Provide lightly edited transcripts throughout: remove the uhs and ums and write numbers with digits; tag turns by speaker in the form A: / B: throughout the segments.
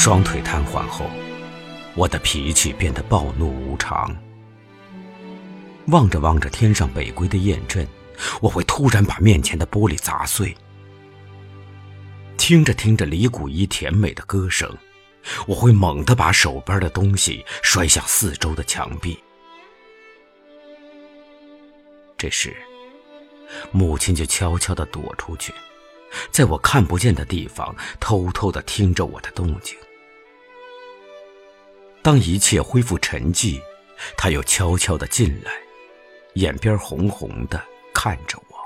A: 双腿瘫痪后，我的脾气变得暴怒无常。望着望着天上北归的雁阵，我会突然把面前的玻璃砸碎。听着听着李谷一甜美的歌声，我会猛地把手边的东西摔向四周的墙壁。这时，母亲就悄悄地躲出去，在我看不见的地方偷偷地听着我的动静。当一切恢复沉寂，她又悄悄地进来，眼边红红的看着我。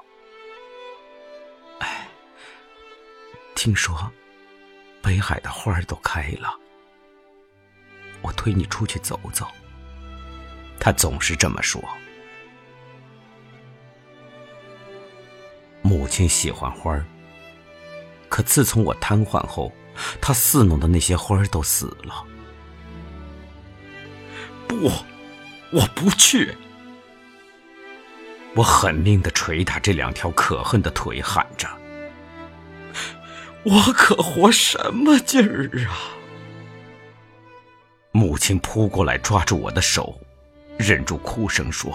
A: 听说北海的花儿都开了，我推你出去走走。她总是这么说。母亲喜欢花儿，可自从我瘫痪后，她侍弄的那些花儿都死了。不，我不去！我狠命地捶打这两条可恨的腿，喊着：我可活什么劲儿啊！母亲扑过来抓住我的手，忍住哭声说：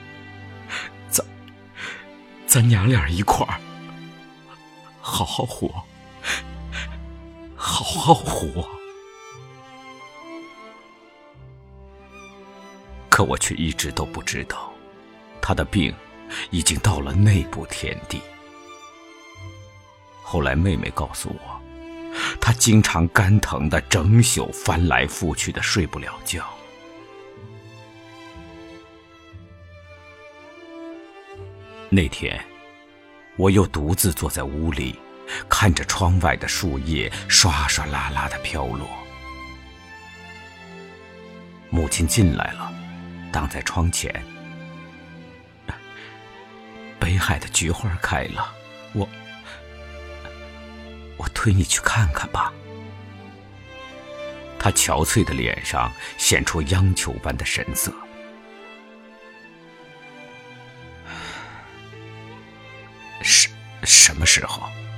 A: 咱娘俩一块儿好好活，好好活。可我却一直都不知道，她的病已经到了那步田地。后来妹妹告诉我，她经常肝疼的整宿翻来覆去的睡不了觉。那天，我又独自坐在屋里，看着窗外的树叶刷刷啦啦的飘落。母亲进来了，挡在窗前。北海的菊花开了，我推你去看看吧。她憔悴的脸上显出央求般的神色。什么时候？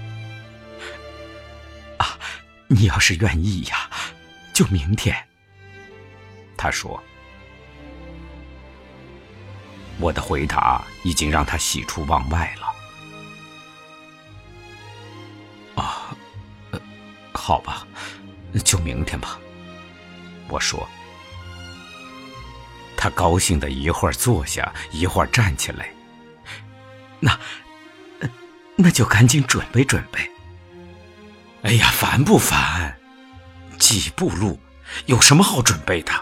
A: 啊，你要是愿意呀，就明天。她说。我的回答已经让她喜出望外了。好吧，就明天吧。我说。她高兴的一会儿坐下，一会儿站起来。那就赶紧准备准备。哎呀，烦不烦？几步路，有什么好准备的？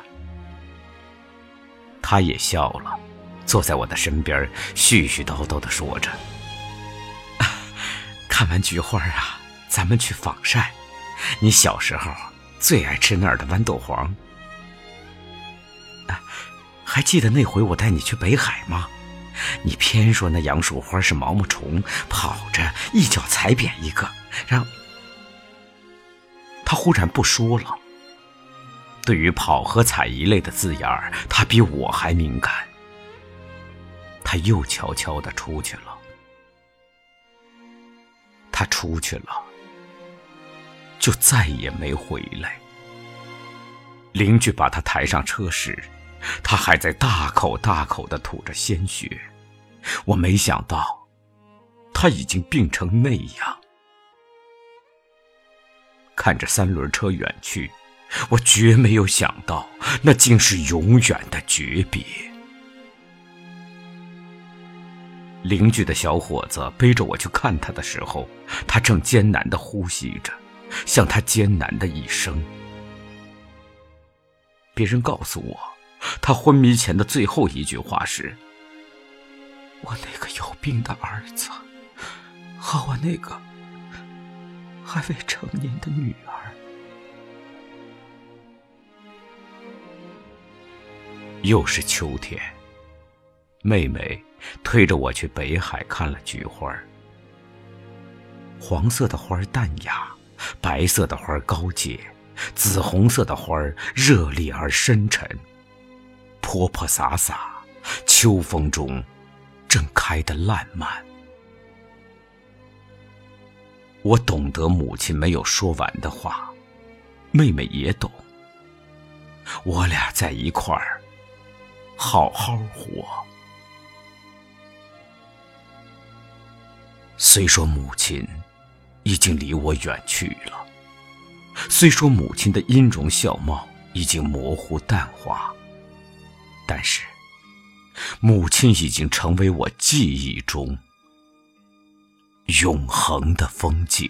A: 她也笑了，坐在我的身边，絮絮叨叨地说着：看完菊花啊，咱们去仿晒。你小时候最爱吃那儿的豌豆黄。还记得那回我带你去北海吗？你偏说那杨树花是毛毛虫，跑着一脚踩扁一个，让……他忽然不说了。对于跑和踩一类的字眼儿，他比我还敏感。他又悄悄地出去了。他出去了，就再也没回来。邻居把他抬上车时，他还在大口大口地吐着鲜血。我没想到他已经病成那样。看着三轮车远去，我绝没有想到那竟是永远的诀别。邻居的小伙子背着我去看他的时候，他正艰难地呼吸着，像他艰难的一生。别人告诉我，他昏迷前的最后一句话是：我那个有病的儿子和我那个还未成年的女儿。又是秋天，妹妹推着我去北海看了菊花。黄色的花淡雅，白色的花高洁，紫红色的花热烈而深沉，泼泼洒洒，秋风中正开得烂漫。我懂得母亲没有说完的话， 妹妹也懂，我俩在一块儿好好活。虽说母亲已经离我远去了，虽说母亲的音容笑貌已经模糊淡化，但是母亲已经成为我记忆中永恒的风景。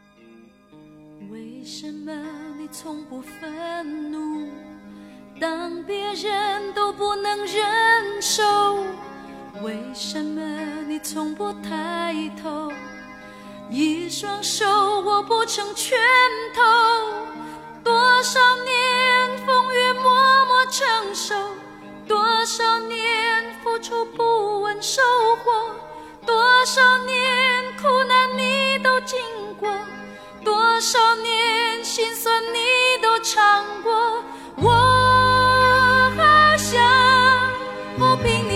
B: 为什么你从不愤怒，当别人都不能忍受？为什么你从不抬头，一双手握不成拳头？多少年风雨默默承受，多少年付出不问收获，多少年苦难你都经过，多少年心酸你都尝过。我好想抚平